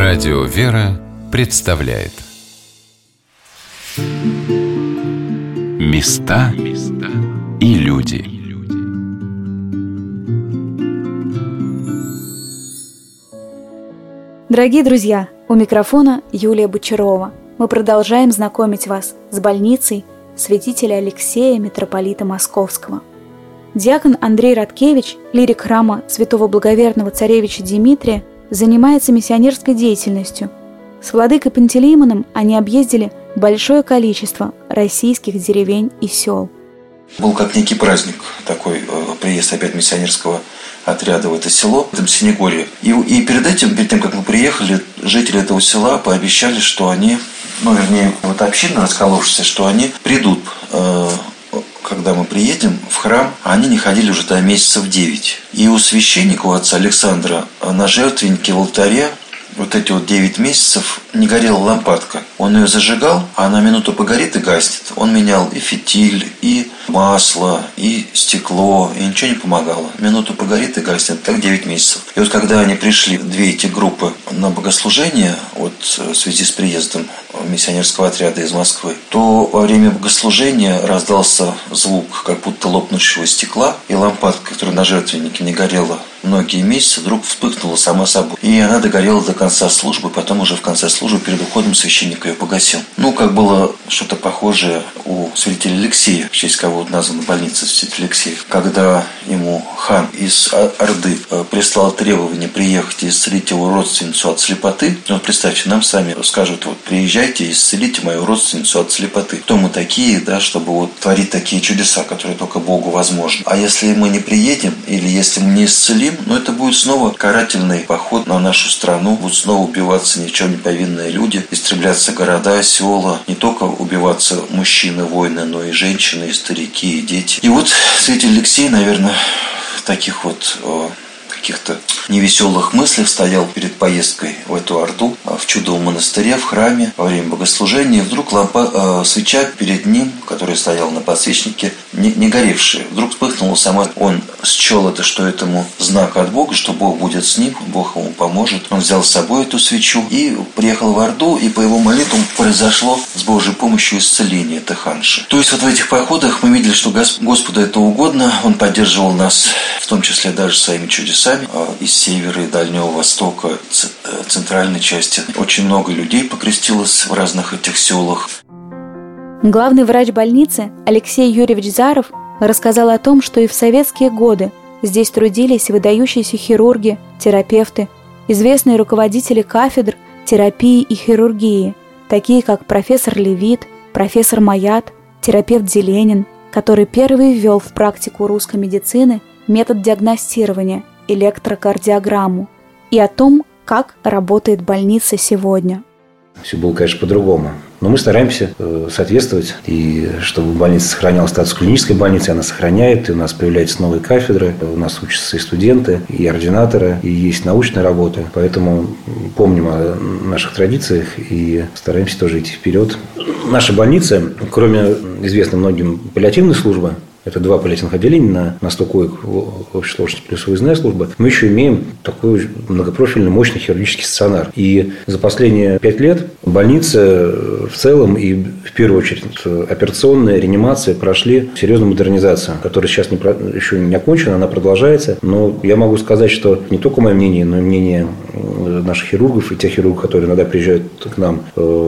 Радио «Вера» представляет Места и люди. Дорогие друзья, у микрофона Юлия Бочарова. Мы продолжаем знакомить вас с больницей святителя Алексея, митрополита Московского. Диакон Андрей Радкевич, клирик храма святого благоверного царевича Дмитрия, занимается миссионерской деятельностью. С владыкой Пантелеймоном они объездили большое количество российских деревень и сел. Был как некий праздник такой, приезд опять миссионерского отряда в это село, в этом Синегорье. И перед тем, как мы приехали, жители этого села пообещали, что они, община расколовшаяся, что они придут, когда мы приедем в храм, а они не ходили уже тогда месяцев 9. И у священника, у отца Александра, на жертвеннике в алтаре эти 9 месяцев не горела лампадка. Он ее зажигал, а она минуту погорит и гаснет. Он менял и фитиль, и масло, и стекло, и ничего не помогало. Минуту погорит и гаснет, так 9 месяцев. И вот когда они пришли, две эти группы, на богослужение, в связи с приездом миссионерского отряда из Москвы, то во время богослужения раздался звук, как будто лопнувшего стекла, и лампадка, которая на жертвеннике не горела многие месяцы, вдруг вспыхнула сама собой. И она догорела до конца службы, потом уже в конце службы перед уходом священник ее погасил. Как было что-то похожее у святителя Алексея, в честь кого названа больница святителя Алексея, когда ему хан из Орды прислал требование приехать и исцелить его родственницу от слепоты. Представьте, нам сами скажут, приезжайте и исцелите мою родственницу от слепоты. Кто мы такие, чтобы творить такие чудеса, которые только Богу возможны. А если мы не приедем, или если мы не исцелим, это будет снова карательный поход на нашу страну, будут снова убиваться ни в чем не повинные люди, истребляться города, села, не только убиваться мужчины, воины, но и женщины, и старики, и дети. И святитель Алексей, наверное, в таких каких-то невеселых мыслях стоял перед поездкой в эту Орду, в чудовом монастыре, в храме, во время богослужения. И вдруг свеча перед ним, которая стояла на подсвечнике, не горевшая, вдруг вспыхнула сама. Он счел это, что этому знак от Бога, что Бог будет с ним, Бог ему поможет. Он взял с собой эту свечу и приехал в Орду, и по его молитвам произошло с Божьей помощью исцеление этой ханши. То есть в этих походах мы видели, что Господу это угодно. Он поддерживал нас, в том числе даже своими чудесами, из севера и Дальнего Востока, центральной части. Очень много людей покрестилось в разных этих селах. Главный врач больницы Алексей Юрьевич Заров рассказал о том, что и в советские годы здесь трудились выдающиеся хирурги, терапевты, известные руководители кафедр терапии и хирургии, такие как профессор Левит, профессор Маят, терапевт Зеленин, который первый ввел в практику русской медицины метод диагностирования – электрокардиограмму, и о том, как работает больница сегодня. Все было, конечно, по-другому. Но мы стараемся соответствовать, и чтобы больница сохраняла статус клинической больницы, она сохраняет, и у нас появляются новые кафедры, у нас учатся и студенты, и ординаторы, и есть научная работа. Поэтому помним о наших традициях и стараемся тоже идти вперед. Наша больница, кроме известной многим паллиативной службы, это 2 паллиативных отделения на 100 коек в общей сложности плюс выездная служба. Мы еще имеем такой многопрофильный, мощный хирургический стационар. И за последние 5 лет больница в целом и в первую очередь операционная, реанимация прошли серьезную модернизацию, которая сейчас еще не окончена, она продолжается. Но я могу сказать, что не только мое мнение, но и мнение наших хирургов и тех хирургов, которые иногда приезжают к нам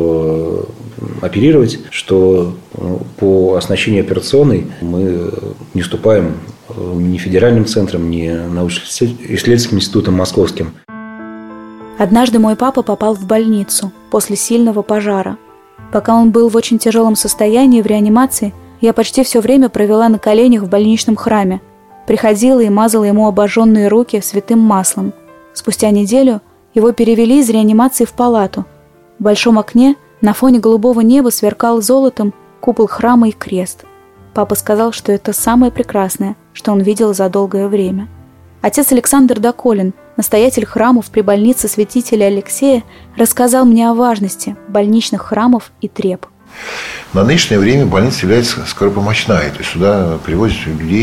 оперировать, что по оснащению операционной мы не уступаем ни федеральным центрам, ни научно-исследовательским институтам московским. Однажды мой папа попал в больницу после сильного пожара. Пока он был в очень тяжелом состоянии в реанимации, я почти все время провела на коленях в больничном храме. Приходила и мазала ему обожженные руки святым маслом. Спустя неделю его перевели из реанимации в палату. В большом окне на фоне голубого неба сверкал золотом купол храма и крест. Папа сказал, что это самое прекрасное, что он видел за долгое время. Отец Александр Доколин, настоятель храмов при больнице святителя Алексея, рассказал мне о важности больничных храмов и треп. На нынешнее время больница является скоропомощной, то есть сюда привозят людей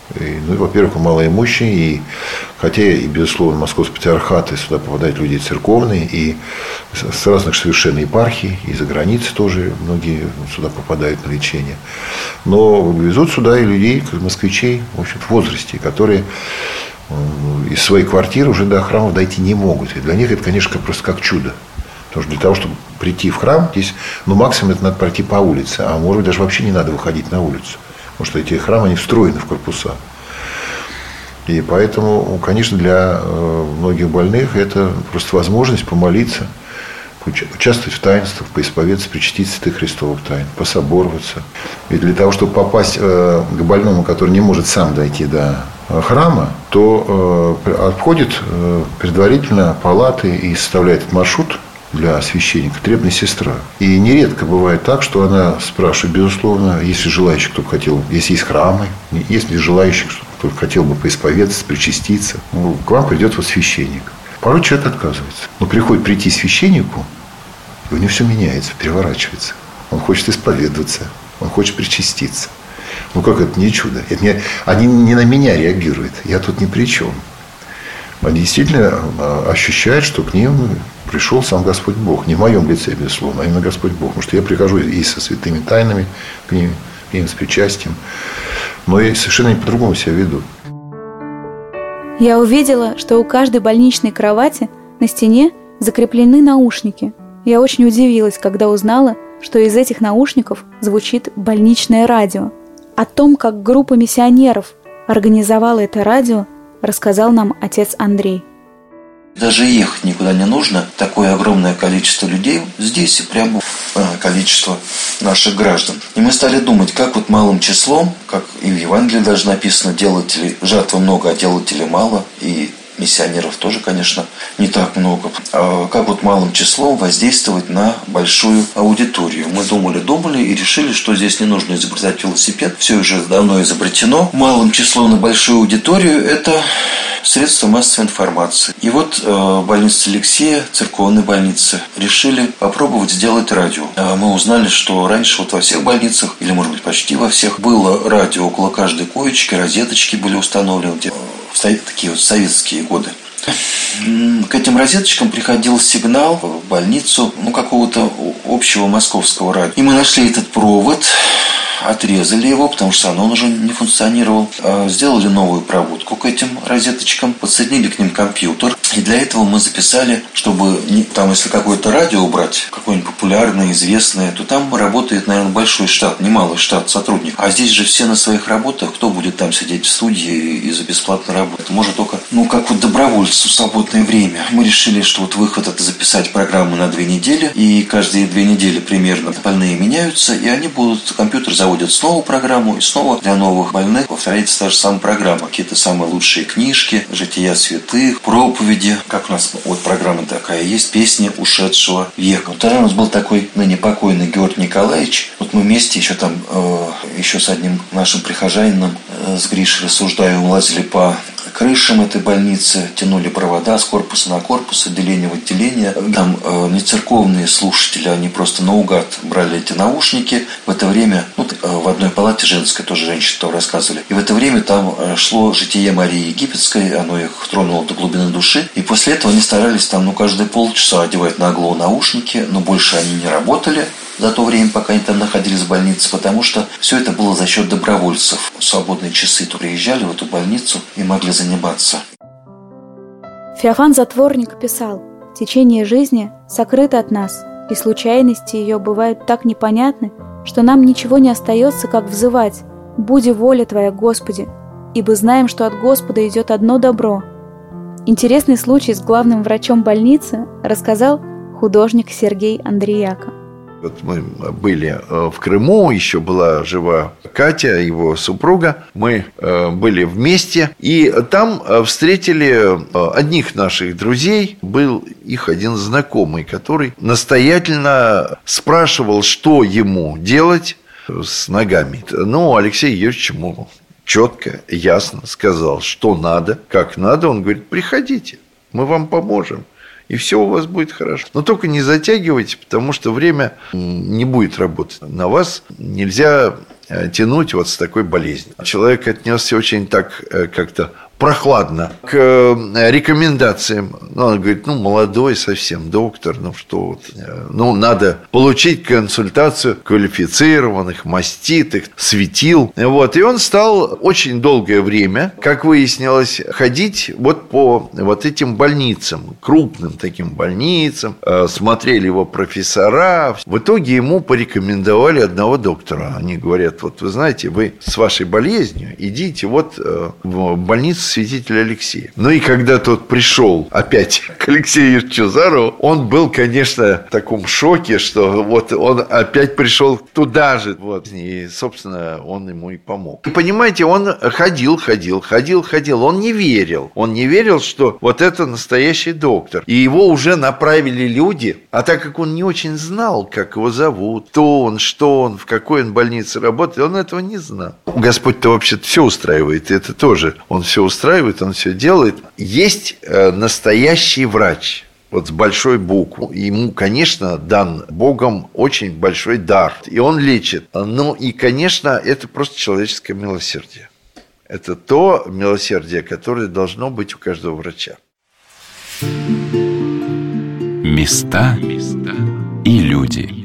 Во-первых, он малоимущий, и хотя и, безусловно, Московский патриархат, и сюда попадают люди церковные, и с разных совершенно епархий, и за границей тоже многие сюда попадают на лечение. Но везут сюда и людей, москвичей, в общем, в возрасте, которые из своей квартиры уже до храмов дойти не могут. И для них это, конечно, просто как чудо. Потому что для того, чтобы прийти в храм, здесь, максимум это надо пройти по улице, а может быть, даже вообще не надо выходить на улицу. Потому что эти храмы, они встроены в корпуса. И поэтому, конечно, для многих больных это просто возможность помолиться, участвовать в таинствах, поисповедаться, причастить святых христовых тайн, пособороваться. И для того, чтобы попасть к больному, который не может сам дойти до храма, то обходит предварительно палаты и составляет этот маршрут для священника требная сестра. И нередко бывает так, что она спрашивает, безусловно, есть ли желающих, кто бы хотел, если есть храмы, есть ли желающих, кто хотел бы поисповедаться, причаститься, к вам придет священник. Порой человек отказывается. Но приходит прийти священнику, и у него все меняется, переворачивается. Он хочет исповедоваться, он хочет причаститься. Как это не чудо? Они не на меня реагируют, я тут ни при чем. Они действительно ощущают, что к ним пришел сам Господь Бог. Не в моем лице, безусловно, а именно Господь Бог. Потому что я прихожу и со святыми тайнами к ним, и с причастием. Но я совершенно по-другому себя веду. Я увидела, что у каждой больничной кровати на стене закреплены наушники. Я очень удивилась, когда узнала, что из этих наушников звучит больничное радио. О том, как группа миссионеров организовала это радио, рассказал нам отец Андрей. Даже ехать никуда не нужно. Такое огромное количество людей здесь, и прямо количество наших граждан. И мы стали думать, как малым числом, как и в Евангелии даже написано, делателей, жатвы много, а делателей мало. И миссионеров тоже, конечно, не так много. А как малым числом воздействовать на большую аудиторию. Мы думали и решили, что здесь не нужно изобретать велосипед. Все уже давно изобретено. Малым числом на большую аудиторию – это средства массовой информации. И больница Алексея, церковная больница, решили попробовать сделать радио. Мы узнали, что раньше во всех больницах, или может быть почти во всех, было радио около каждой коечки, розеточки были установлены, в такие советские годы. К этим розеточкам приходил сигнал в больницу какого-то общего московского радио. И мы нашли этот провод, отрезали его, потому что он уже не функционировал. Сделали новую проводку к этим розеточкам, подсоединили к ним компьютер. И для этого мы записали, чтобы если какое-то радио убрать, какое-нибудь популярное, известное, то там работает, наверное, большой штат, немалый штат сотрудников. А здесь же все на своих работах. Кто будет там сидеть в студии и за бесплатно работать? Может только, как добровольцы в свободное время. Мы решили, что выход – это записать программу на 2 недели. И каждые 2 недели примерно больные меняются, и они будут, компьютер заводит снова программу, и снова для новых больных повторяется та же самая программа. Какие-то самые лучшие книжки, жития святых, проповеди. Как у нас программа такая есть, песни ушедшего века. Тогда у нас был такой ныне покойный Георгий Николаевич. Мы вместе еще с одним нашим прихожанином, с Гришей рассуждаем, лазили по крышам этой больницы, тянули провода с корпуса на корпус, отделение в отделение. Там нецерковные слушатели, они просто наугад брали эти наушники. В это время, в одной палате женской, тоже женщины там рассказывали. И в это время там шло житие Марии Египетской, оно их тронуло до глубины души. И после этого они старались каждые полчаса одевать на голову наушники, но больше они не работали за то время, пока они там находились в больнице, потому что все это было за счет добровольцев. В свободные часы то приезжали в эту больницу и могли заниматься. Феофан Затворник писал: «Течение жизни сокрыто от нас, и случайности ее бывают так непонятны, что нам ничего не остается, как взывать: «Буди воля Твоя, Господи», ибо знаем, что от Господа идет одно добро». Интересный случай с главным врачом больницы рассказал художник Сергей Андреяко. Мы были в Крыму, еще была жива Катя, его супруга. Мы были вместе, и там встретили одних наших друзей. Был их один знакомый, который настоятельно спрашивал, что ему делать с ногами. Алексей Юрьевич ему четко, ясно сказал, что надо, как надо. Он говорит: приходите, мы вам поможем. И все у вас будет хорошо. Но только не затягивайте, потому что время не будет работать. На вас нельзя тянуть вот с такой болезнью. Человек отнесся очень так как-то прохладно к рекомендациям. Он говорит, молодой совсем доктор, что надо получить консультацию квалифицированных, маститых, светил. И он стал очень долгое время, как выяснилось, ходить по этим больницам, крупным таким больницам, смотрели его профессора. В итоге ему порекомендовали одного доктора. Они говорят, вы знаете, вы с вашей болезнью идите в больницу святителя Алексея. И когда тот пришел опять к Алексею Юрьевичу Зарову, он был, конечно, в таком шоке, что он опять пришел туда же. И, собственно, он ему и помог. И понимаете, он ходил. Он не верил. Он не верил, что это настоящий доктор. И его уже направили люди. А так как он не очень знал, как его зовут, кто он, что он, в какой он больнице работает, он этого не знал. Господь-то вообще-то все устраивает. Это тоже. Он все устраивает, он все делает. Есть настоящий врач. С большой буквы. Ему, конечно, дан Богом очень большой дар. И он лечит. И, конечно, это просто человеческое милосердие. Это то милосердие, которое должно быть у каждого врача. Места и люди.